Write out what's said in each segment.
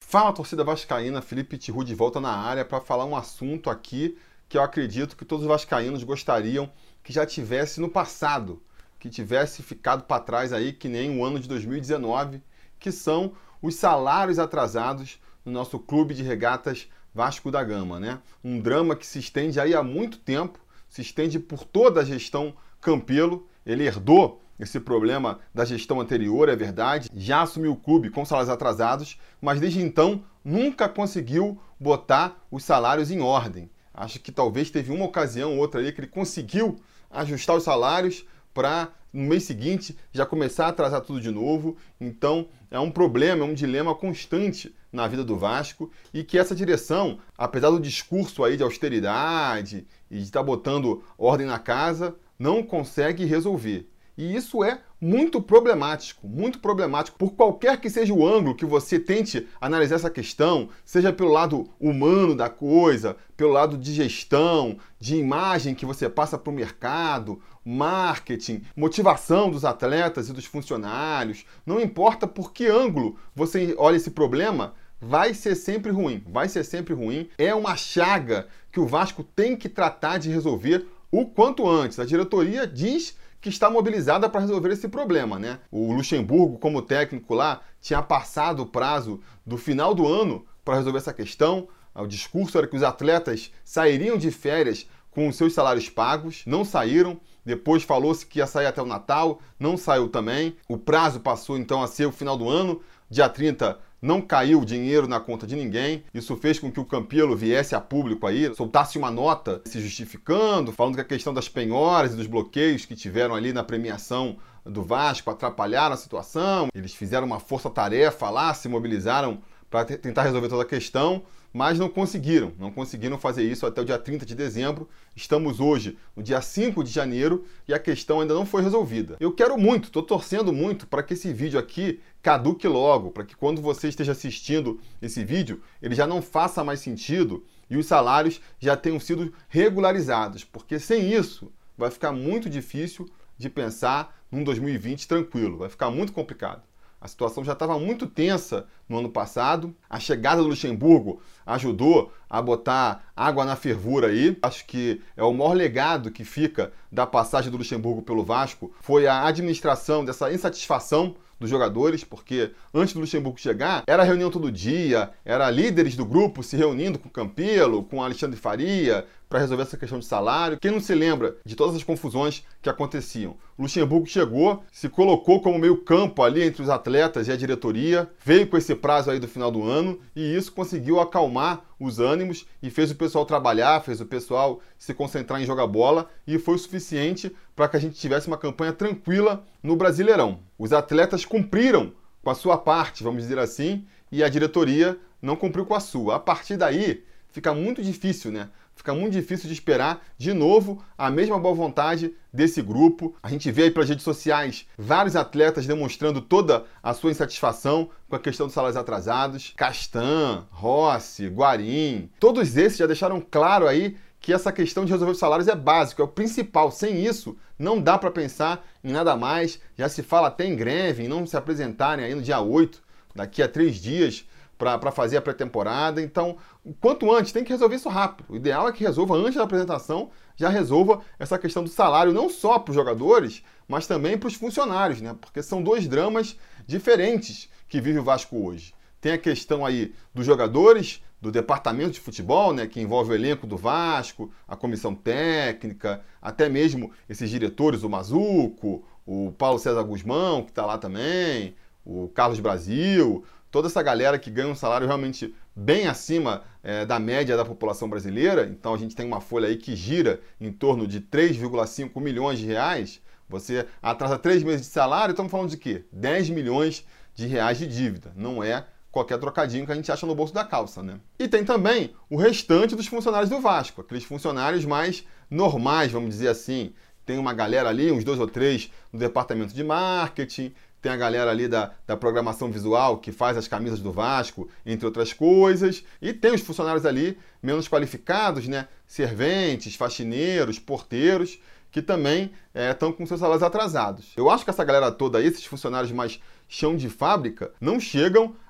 Fala, torcida vascaína, Felipe Tiru de volta na área para falar um assunto aqui que eu acredito que todos os vascaínos gostariam que já tivesse no passado, que tivesse ficado para trás aí que nem o ano de 2019, que são os salários atrasados no nosso clube de regatas Vasco da Gama, né? Um drama que se estende aí há muito tempo, se estende por toda a gestão Campelo. Ele herdou esse problema da gestão anterior, é verdade, já assumiu o clube com salários atrasados, mas desde então nunca conseguiu botar os salários em ordem. Acho que talvez teve uma ocasião ou outra ali que ele conseguiu ajustar os salários para no mês seguinte já começar a atrasar tudo de novo. Então é um problema, é um dilema constante na vida do Vasco e que essa direção, apesar do discurso aí de austeridade e de estar botando ordem na casa, não consegue resolver. E isso é muito problemático por qualquer que seja o ângulo que você tente analisar essa questão, seja pelo lado humano da coisa, pelo lado de gestão, de imagem que você passa para o mercado, marketing, motivação dos atletas e dos funcionários, não importa por que ângulo você olha esse problema, vai ser sempre ruim, é uma chaga que o Vasco tem que tratar de resolver o quanto antes. A diretoria diz que está mobilizada para resolver esse problema, né? O Luxemburgo, como técnico lá, tinha passado o prazo do final do ano para resolver essa questão. O discurso era que os atletas sairiam de férias com os seus salários pagos, não saíram. Depois falou-se que ia sair até o Natal, não saiu também. O prazo passou então a ser o final do ano, dia 30 não caiu dinheiro na conta de ninguém. Isso fez com que o Campelo viesse a público aí, soltasse uma nota se justificando, falando que a questão das penhoras e dos bloqueios que tiveram ali na premiação do Vasco atrapalharam a situação. Eles fizeram uma força-tarefa lá, se mobilizaram para tentar resolver toda a questão, mas não conseguiram fazer isso até o dia 30 de dezembro. Estamos hoje no dia 5 de janeiro e a questão ainda não foi resolvida. Eu quero muito, estou torcendo muito para que esse vídeo aqui caduque logo, para que quando você esteja assistindo esse vídeo, ele já não faça mais sentido e os salários já tenham sido regularizados, porque sem isso vai ficar muito difícil de pensar num 2020 tranquilo, vai ficar muito complicado. A situação já estava muito tensa no ano passado. A chegada do Luxemburgo ajudou a botar água na fervura aí. Acho que é o maior legado que fica da passagem do Luxemburgo pelo Vasco foi a administração dessa insatisfação dos jogadores, porque antes do Luxemburgo chegar, era reunião todo dia, era líderes do grupo se reunindo com o Campelo, com o Alexandre Faria, para resolver essa questão de salário. Quem não se lembra de todas as confusões que aconteciam? O Luxemburgo chegou, se colocou como meio campo ali entre os atletas e a diretoria, veio com esse prazo aí do final do ano e isso conseguiu acalmar os ânimos e fez o pessoal trabalhar, fez o pessoal se concentrar em jogar bola e foi o suficiente para que a gente tivesse uma campanha tranquila no Brasileirão. Os atletas cumpriram com a sua parte, vamos dizer assim, e a diretoria não cumpriu com a sua. A partir daí, fica muito difícil, né? Fica muito difícil de esperar, de novo, a mesma boa vontade desse grupo. A gente vê aí pelas redes sociais vários atletas demonstrando toda a sua insatisfação com a questão dos salários atrasados. Castan, Rossi, Guarim, todos esses já deixaram claro aí que essa questão de resolver os salários é básico, é o principal. Sem isso, não dá para pensar em nada mais. Já se fala até em greve, em não se apresentarem aí no dia 8, daqui a 3 dias, para fazer a pré-temporada. Então, quanto antes, tem que resolver isso rápido. O ideal é que resolva antes da apresentação, já resolva essa questão do salário, não só para os jogadores, mas também para os funcionários, né? Porque são dois dramas diferentes que vive o Vasco hoje. Tem a questão aí dos jogadores, do departamento de futebol, né, que envolve o elenco do Vasco, a comissão técnica, até mesmo esses diretores, o Mazuco, o Paulo César Guzmão, que está lá também, o Carlos Brasil, toda essa galera que ganha um salário realmente bem acima da média da população brasileira. Então a gente tem uma folha aí que gira em torno de 3,5 milhões de reais. Você atrasa 3 meses de salário, estamos falando de quê? 10 milhões de reais de dívida. Não é qualquer trocadinho que a gente acha no bolso da calça, né? E tem também o restante dos funcionários do Vasco, aqueles funcionários mais normais, vamos dizer assim. Tem uma galera ali, uns 2 ou 3 no departamento de marketing, tem a galera ali da programação visual que faz as camisas do Vasco, entre outras coisas, e tem os funcionários ali menos qualificados, né? Serventes, faxineiros, porteiros, que também estão com seus salários atrasados. Eu acho que essa galera toda aí, esses funcionários mais chão de fábrica, não chegam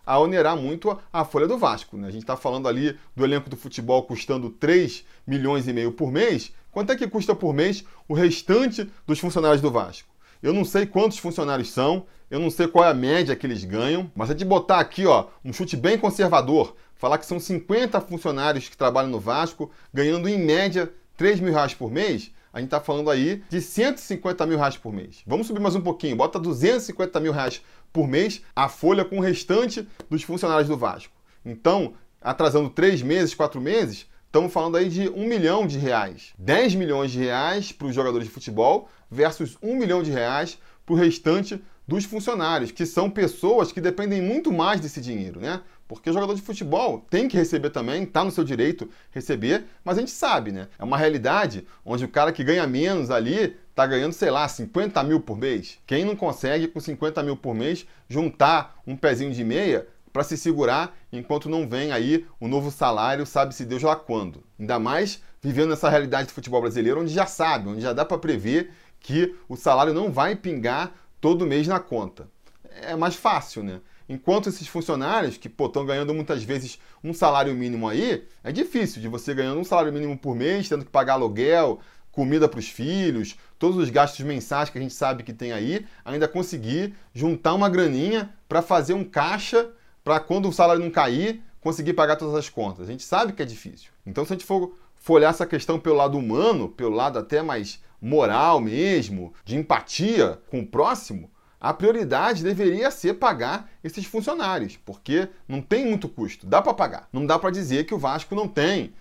a onerar muito a folha do Vasco, né? A gente está falando ali do elenco do futebol custando 3,5 milhões por mês. Quanto é que custa por mês o restante dos funcionários do Vasco? Eu não sei quantos funcionários são, eu não sei qual é a média que eles ganham, mas é de botar aqui, ó, um chute bem conservador, falar que são 50 funcionários que trabalham no Vasco, ganhando em média 3 mil reais por mês, a gente está falando aí de 150 mil reais por mês. Vamos subir mais um pouquinho, bota 250 mil reais por mês a folha com o restante dos funcionários do Vasco. Então, atrasando 3 meses, 4 meses, estamos falando aí de 1 milhão de reais. 10 milhões de reais para os jogadores de futebol versus 1 milhão de reais para o restante dos funcionários, que são pessoas que dependem muito mais desse dinheiro, né? Porque o jogador de futebol tem que receber também, está no seu direito receber, mas a gente sabe, né? É uma realidade onde o cara que ganha menos ali está ganhando, sei lá, 50 mil por mês. Quem não consegue, com 50 mil por mês, juntar um pezinho de meia para se segurar enquanto não vem aí o novo salário, sabe-se Deus lá quando. Ainda mais vivendo nessa realidade do futebol brasileiro, onde já sabe, onde já dá para prever que o salário não vai pingar todo mês na conta. É mais fácil, né? Enquanto esses funcionários, que estão ganhando muitas vezes um salário mínimo aí, é difícil de você ganhando um salário mínimo por mês, tendo que pagar aluguel, comida para os filhos, todos os gastos mensais que a gente sabe que tem aí, ainda conseguir juntar uma graninha para fazer um caixa para quando o salário não cair, conseguir pagar todas as contas. A gente sabe que é difícil. Então, se a gente for olhar essa questão pelo lado humano, pelo lado até mais moral mesmo, de empatia com o próximo, a prioridade deveria ser pagar esses funcionários, porque não tem muito custo, dá para pagar. Não dá para dizer que o Vasco não tem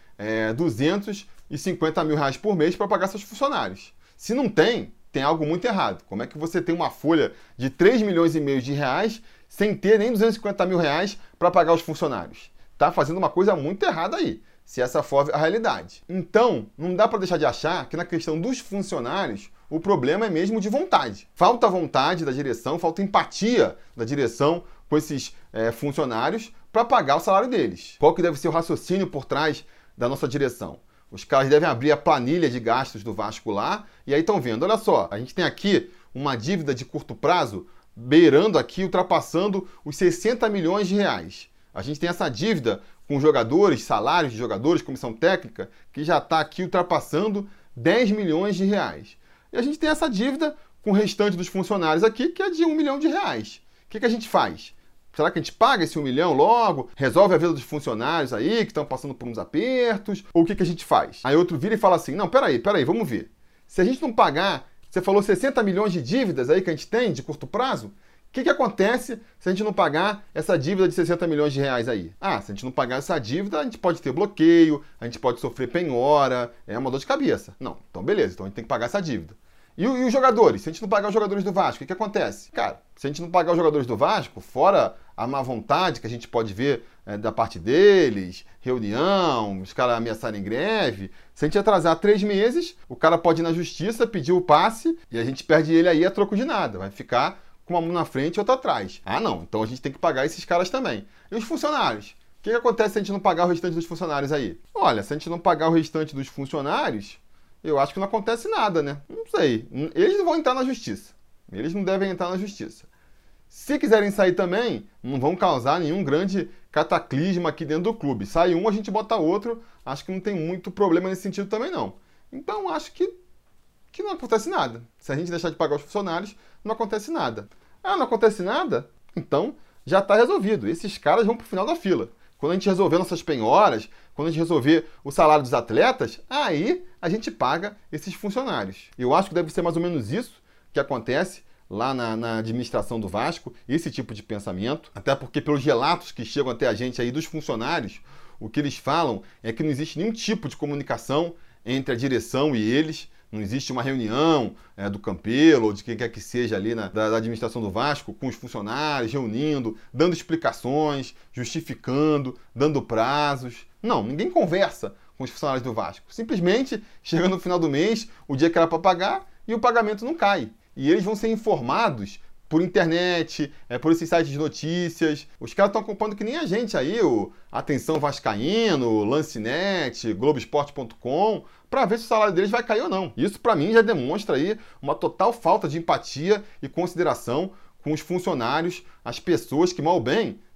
250 mil reais por mês para pagar seus funcionários. Se não tem, tem algo muito errado. Como é que você tem uma folha de 3 milhões e meio de reais sem ter nem 250 mil reais para pagar os funcionários? Tá fazendo uma coisa muito errada aí, se essa for a realidade. Então, não dá para deixar de achar que na questão dos funcionários, o problema é mesmo de vontade. Falta vontade da direção, falta empatia da direção com esses funcionários para pagar o salário deles. Qual que deve ser o raciocínio por trás da nossa direção? Os caras devem abrir a planilha de gastos do Vasco lá e aí estão vendo, olha só, a gente tem aqui uma dívida de curto prazo beirando aqui, ultrapassando os 60 milhões de reais. A gente tem essa dívida com jogadores, salários de jogadores, comissão técnica, que já está aqui ultrapassando 10 milhões de reais. E a gente tem essa dívida com o restante dos funcionários aqui, que é de 1 milhão de reais. O que a gente faz? Será que a gente paga esse 1 milhão logo? Resolve a vida dos funcionários aí, que estão passando por uns apertos? Ou o que a gente faz? Aí outro vira e fala assim, não, peraí, vamos ver. Se a gente não pagar, você falou 60 milhões de dívidas aí que a gente tem de curto prazo? O que acontece se a gente não pagar essa dívida de 60 milhões de reais aí? Ah, se a gente não pagar essa dívida, a gente pode ter bloqueio, a gente pode sofrer penhora, é uma dor de cabeça. Não, então beleza, então a gente tem que pagar essa dívida. E os jogadores? Se a gente não pagar os jogadores do Vasco, o que acontece? Cara, se a gente não pagar os jogadores do Vasco, fora a má vontade que a gente pode ver da parte deles, reunião, os caras ameaçarem greve, se a gente atrasar 3 meses, o cara pode ir na justiça, pedir o passe e a gente perde ele aí a troco de nada. Vai ficar com uma mão na frente e outra atrás. Ah, não. Então a gente tem que pagar esses caras também. E os funcionários? O que acontece se a gente não pagar o restante dos funcionários aí? Olha, se a gente não pagar o restante dos funcionários, eu acho que não acontece nada, né? Não sei. Eles não vão entrar na justiça. Eles não devem entrar na justiça. Se quiserem sair também, não vão causar nenhum grande cataclisma aqui dentro do clube. Sai um, a gente bota outro. Acho que não tem muito problema nesse sentido também, não. Então, acho que não acontece nada. Se a gente deixar de pagar os funcionários, não acontece nada. Ah, não acontece nada? Então, já está resolvido. Esses caras vão para o final da fila. Quando a gente resolver nossas penhoras, quando a gente resolver o salário dos atletas, aí a gente paga esses funcionários. Eu acho que deve ser mais ou menos isso que acontece lá na administração do Vasco, esse tipo de pensamento. Até porque pelos relatos que chegam até a gente aí dos funcionários, o que eles falam é que não existe nenhum tipo de comunicação entre a direção e eles. Não existe uma reunião do Campelo ou de quem quer que seja ali da administração do Vasco com os funcionários, reunindo, dando explicações, justificando, dando prazos. Não, ninguém conversa com os funcionários do Vasco. Simplesmente chega no final do mês, o dia que era para pagar, e o pagamento não cai. E eles vão ser informados por internet, por esses sites de notícias. Os caras estão acompanhando que nem a gente aí, o Atenção Vascaíno, Lancenet, Globoesporte.com, para ver se o salário deles vai cair ou não. Isso, para mim, já demonstra aí uma total falta de empatia e consideração com os funcionários, as pessoas que, mal ou bem,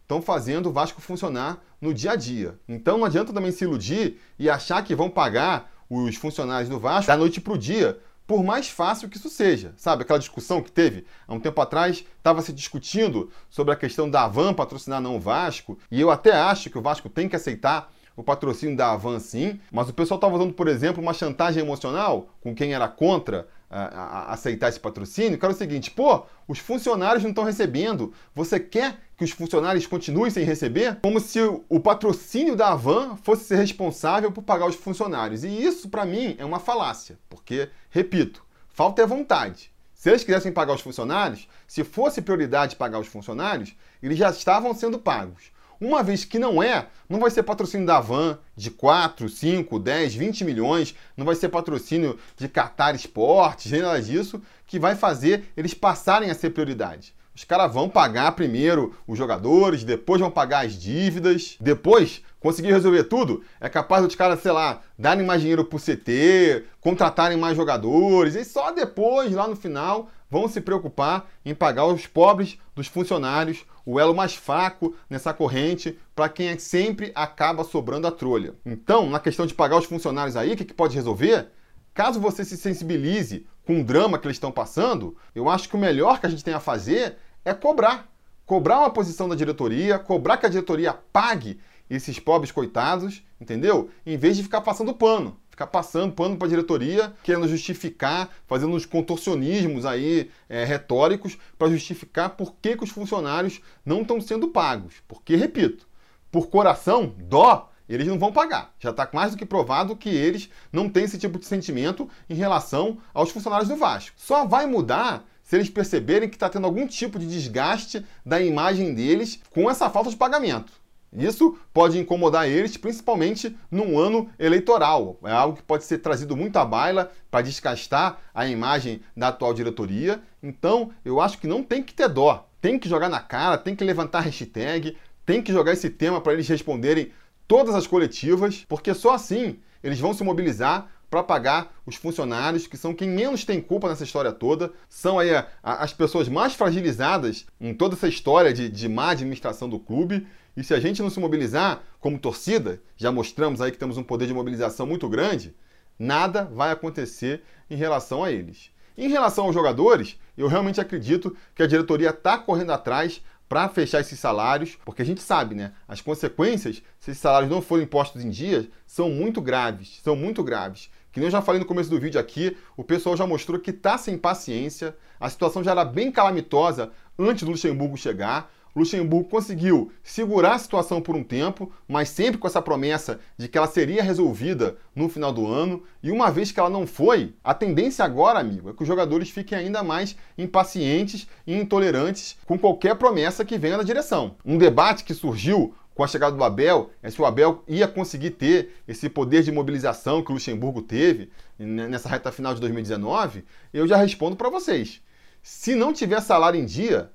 estão fazendo o Vasco funcionar no dia a dia. Então não adianta também se iludir e achar que vão pagar os funcionários do Vasco da noite para o dia, por mais fácil que isso seja. Sabe, aquela discussão que teve há um tempo atrás, estava se discutindo sobre a questão da Havan patrocinar não o Vasco, e eu até acho que o Vasco tem que aceitar o patrocínio da Havan sim, mas o pessoal estava usando, por exemplo, uma chantagem emocional com quem era contra aceitar esse patrocínio, que era o seguinte: pô, os funcionários não estão recebendo, você quer que os funcionários continuem sem receber? Como se o patrocínio da Havan fosse ser responsável por pagar os funcionários. E isso, para mim, é uma falácia, porque, repito, falta é vontade. Se eles quisessem pagar os funcionários, se fosse prioridade pagar os funcionários, eles já estavam sendo pagos. Uma vez que não vai ser patrocínio da Havan de 4, 5, 10, 20 milhões, não vai ser patrocínio de Qatar Esportes, nem nada disso, que vai fazer eles passarem a ser prioridade. Os caras vão pagar primeiro os jogadores, depois vão pagar as dívidas, depois conseguir resolver tudo, é capaz dos caras, sei lá, darem mais dinheiro pro CT, contratarem mais jogadores, e só depois, lá no final, vão se preocupar em pagar os pobres dos funcionários, o elo mais fraco nessa corrente, para quem sempre acaba sobrando a trolha. Então, na questão de pagar os funcionários aí, o que pode resolver? Caso você se sensibilize com o drama que eles estão passando, eu acho que o melhor que a gente tem a fazer é cobrar. Cobrar uma posição da diretoria, cobrar que a diretoria pague esses pobres coitados, entendeu? Em vez de ficar passando pano. Ficar passando pano para a diretoria, querendo justificar, fazendo uns contorcionismos aí retóricos para justificar por que os funcionários não estão sendo pagos. Porque, repito, por coração, dó, eles não vão pagar. Já está mais do que provado que eles não têm esse tipo de sentimento em relação aos funcionários do Vasco. Só vai mudar se eles perceberem que está tendo algum tipo de desgaste da imagem deles com essa falta de pagamento. Isso pode incomodar eles, principalmente num ano eleitoral. É algo que pode ser trazido muito à baila para desgastar a imagem da atual diretoria. Então, eu acho que não tem que ter dó. Tem que jogar na cara, tem que levantar hashtag, tem que jogar esse tema para eles responderem todas as coletivas, porque só assim eles vão se mobilizar para pagar os funcionários, que são quem menos tem culpa nessa história toda, são aí as pessoas mais fragilizadas em toda essa história de má administração do clube. E se a gente não se mobilizar como torcida, já mostramos aí que temos um poder de mobilização muito grande, nada vai acontecer em relação a eles. Em relação aos jogadores, eu realmente acredito que a diretoria está correndo atrás para fechar esses salários, porque a gente sabe, né? As consequências, se esses salários não forem impostos em dias, são muito graves, são muito graves. Que nem eu já falei no começo do vídeo aqui, o pessoal já mostrou que está sem paciência, a situação já era bem calamitosa antes do Luxemburgo chegar. O Luxemburgo conseguiu segurar a situação por um tempo, mas sempre com essa promessa de que ela seria resolvida no final do ano. E uma vez que ela não foi, a tendência agora, amigo, é que os jogadores fiquem ainda mais impacientes e intolerantes com qualquer promessa que venha da direção. Um debate que surgiu com a chegada do Abel é se o Abel ia conseguir ter esse poder de mobilização que o Luxemburgo teve nessa reta final de 2019. Eu já respondo para vocês. Se não tiver salário em dia,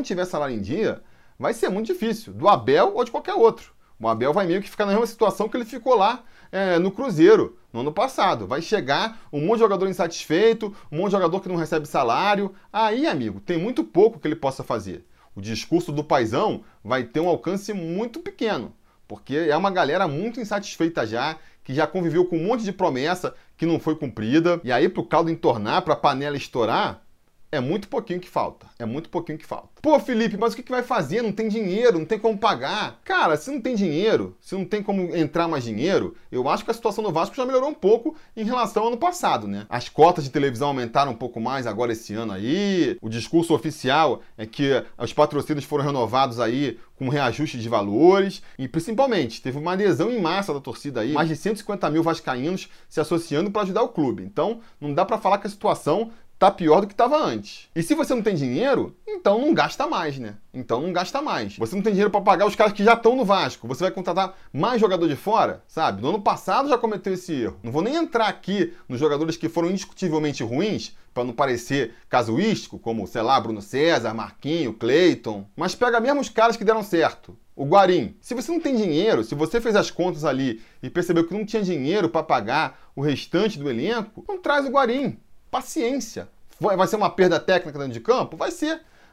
vai ser muito difícil, do Abel ou de qualquer outro. O Abel vai meio que ficar na mesma situação que ele ficou lá no Cruzeiro, no ano passado. Vai chegar um monte de jogador insatisfeito, um monte de jogador que não recebe salário. Aí, amigo, tem muito pouco que ele possa fazer. O discurso do paizão vai ter um alcance muito pequeno, porque é uma galera muito insatisfeita já, que já conviveu com um monte de promessa que não foi cumprida. E aí, pro caldo entornar, pra panela estourar, é muito pouquinho que falta. É muito pouquinho que falta. Pô, Felipe, mas o que vai fazer? Não tem dinheiro, não tem como pagar. Cara, se não tem dinheiro, se não tem como entrar mais dinheiro, eu acho que a situação do Vasco já melhorou um pouco em relação ao ano passado, né? As cotas de televisão aumentaram um pouco mais agora esse ano aí. O discurso oficial é que os patrocínios foram renovados aí com reajuste de valores. E, principalmente, teve uma adesão em massa da torcida aí. Mais de 150 mil vascaínos se associando para ajudar o clube. Então, não dá para falar que a situação tá pior do que estava antes. E se você não tem dinheiro, então não gasta mais, né? Então não gasta mais. Você não tem dinheiro para pagar os caras que já estão no Vasco. Você vai contratar mais jogador de fora, sabe? No ano passado já cometeu esse erro. Não vou nem entrar aqui nos jogadores que foram indiscutivelmente ruins, para não parecer casuístico, como, sei lá, Bruno César, Marquinho, Cleiton. Mas pega mesmo os caras que deram certo. O Guarim. Se você não tem dinheiro, se você fez as contas ali e percebeu que não tinha dinheiro para pagar o restante do elenco, não traz o Guarim. Paciência. Vai ser uma perda técnica dentro de campo? Vai ser.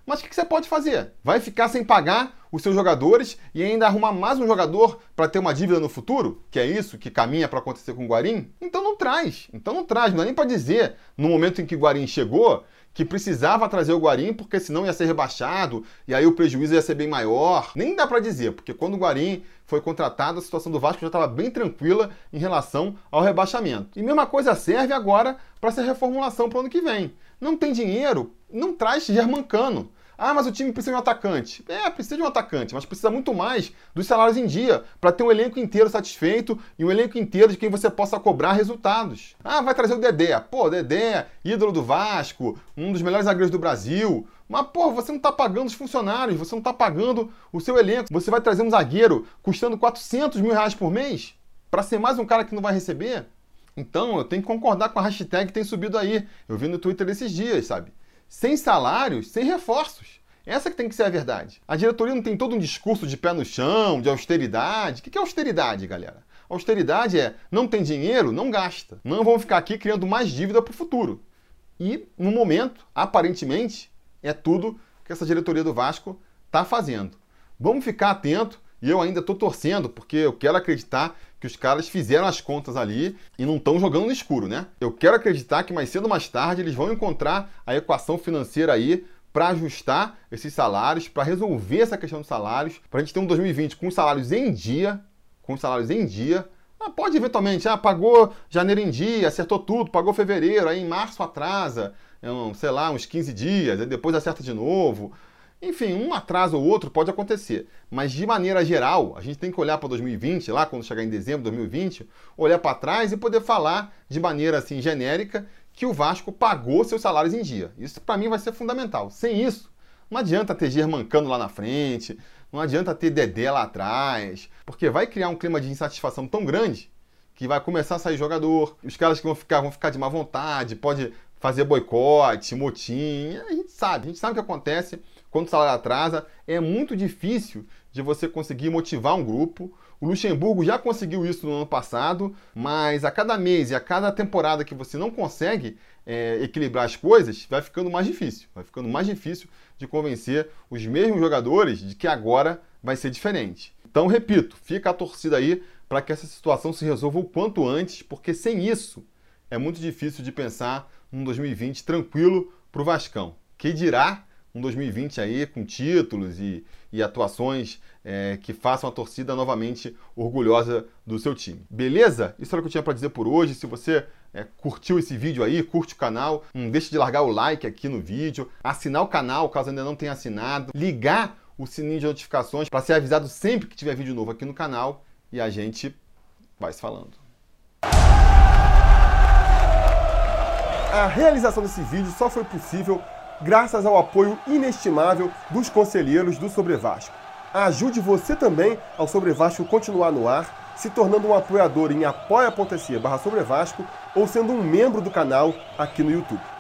Mas o que você pode fazer? Vai ficar sem pagar os seus jogadores e ainda arrumar mais um jogador para ter uma dívida no futuro? Que é isso que caminha para acontecer com o Guarim? Então não traz. Não dá nem para dizer, no momento em que o Guarim chegou, que precisava trazer o Guarim porque senão ia ser rebaixado e aí o prejuízo ia ser bem maior. Nem dá para dizer, porque quando o Guarim foi contratado, a situação do Vasco já estava bem tranquila em relação ao rebaixamento. E mesma coisa serve agora para essa reformulação para o ano que vem. Não tem dinheiro, não traz Germancano. Ah, mas o time precisa de um atacante. Precisa de um atacante, mas precisa muito mais dos salários em dia, para ter um elenco inteiro satisfeito e um elenco inteiro de quem você possa cobrar resultados. Ah, vai trazer o Dedé. Pô, Dedé, ídolo do Vasco, um dos melhores zagueiros do Brasil. Mas, pô, você não está pagando os funcionários, você não está pagando o seu elenco. Você vai trazer um zagueiro custando 400 mil reais por mês para ser mais um cara que não vai receber? Então, eu tenho que concordar com a hashtag que tem subido aí. Eu vi no Twitter esses dias, sabe? Sem salários, sem reforços. Essa que tem que ser a verdade. A diretoria não tem todo um discurso de pé no chão, de austeridade. O que é austeridade, galera? Austeridade é, não tem dinheiro, não gasta. Não vamos ficar aqui criando mais dívida para o futuro. E, no momento, aparentemente, é tudo que essa diretoria do Vasco está fazendo. Vamos ficar atento, e eu ainda estou torcendo, porque eu quero acreditar que os caras fizeram as contas ali e não estão jogando no escuro, né? Eu quero acreditar que mais cedo ou mais tarde eles vão encontrar a equação financeira aí para ajustar esses salários, para resolver essa questão dos salários, para a gente ter um 2020 com os salários em dia, pode eventualmente, pagou janeiro em dia, acertou tudo, pagou fevereiro, aí em março atrasa, sei lá, uns 15 dias, aí depois acerta de novo. Enfim, um atraso ou outro pode acontecer, mas de maneira geral, a gente tem que olhar para 2020, lá quando chegar em dezembro de 2020, olhar para trás e poder falar de maneira assim genérica que o Vasco pagou seus salários em dia. Isso para mim vai ser fundamental. Sem isso, não adianta ter Germancano lá na frente, não adianta ter Dedé lá atrás, porque vai criar um clima de insatisfação tão grande que vai começar a sair jogador, os caras que vão ficar de má vontade, pode fazer boicote, motim, a gente sabe o que acontece quando o salário atrasa. É muito difícil de você conseguir motivar um grupo. O Luxemburgo já conseguiu isso no ano passado, mas a cada mês e a cada temporada que você não consegue equilibrar as coisas, vai ficando mais difícil. Vai ficando mais difícil de convencer os mesmos jogadores de que agora vai ser diferente. Então, repito, fica a torcida aí para que essa situação se resolva o quanto antes, porque sem isso é muito difícil de pensar num 2020 tranquilo para o Vascão. Que dirá um 2020 aí com títulos e atuações que façam a torcida novamente orgulhosa do seu time. Beleza? Isso era o que eu tinha para dizer por hoje. Se você curtiu esse vídeo aí, curte o canal, não deixe de largar o like aqui no vídeo, assinar o canal caso ainda não tenha assinado, ligar o sininho de notificações para ser avisado sempre que tiver vídeo novo aqui no canal e a gente vai se falando. A realização desse vídeo só foi possível graças ao apoio inestimável dos conselheiros do Sobre Vasco. Ajude você também ao Sobre Vasco continuar no ar, se tornando um apoiador em apoia.se/Sobre Vasco ou sendo um membro do canal aqui no YouTube.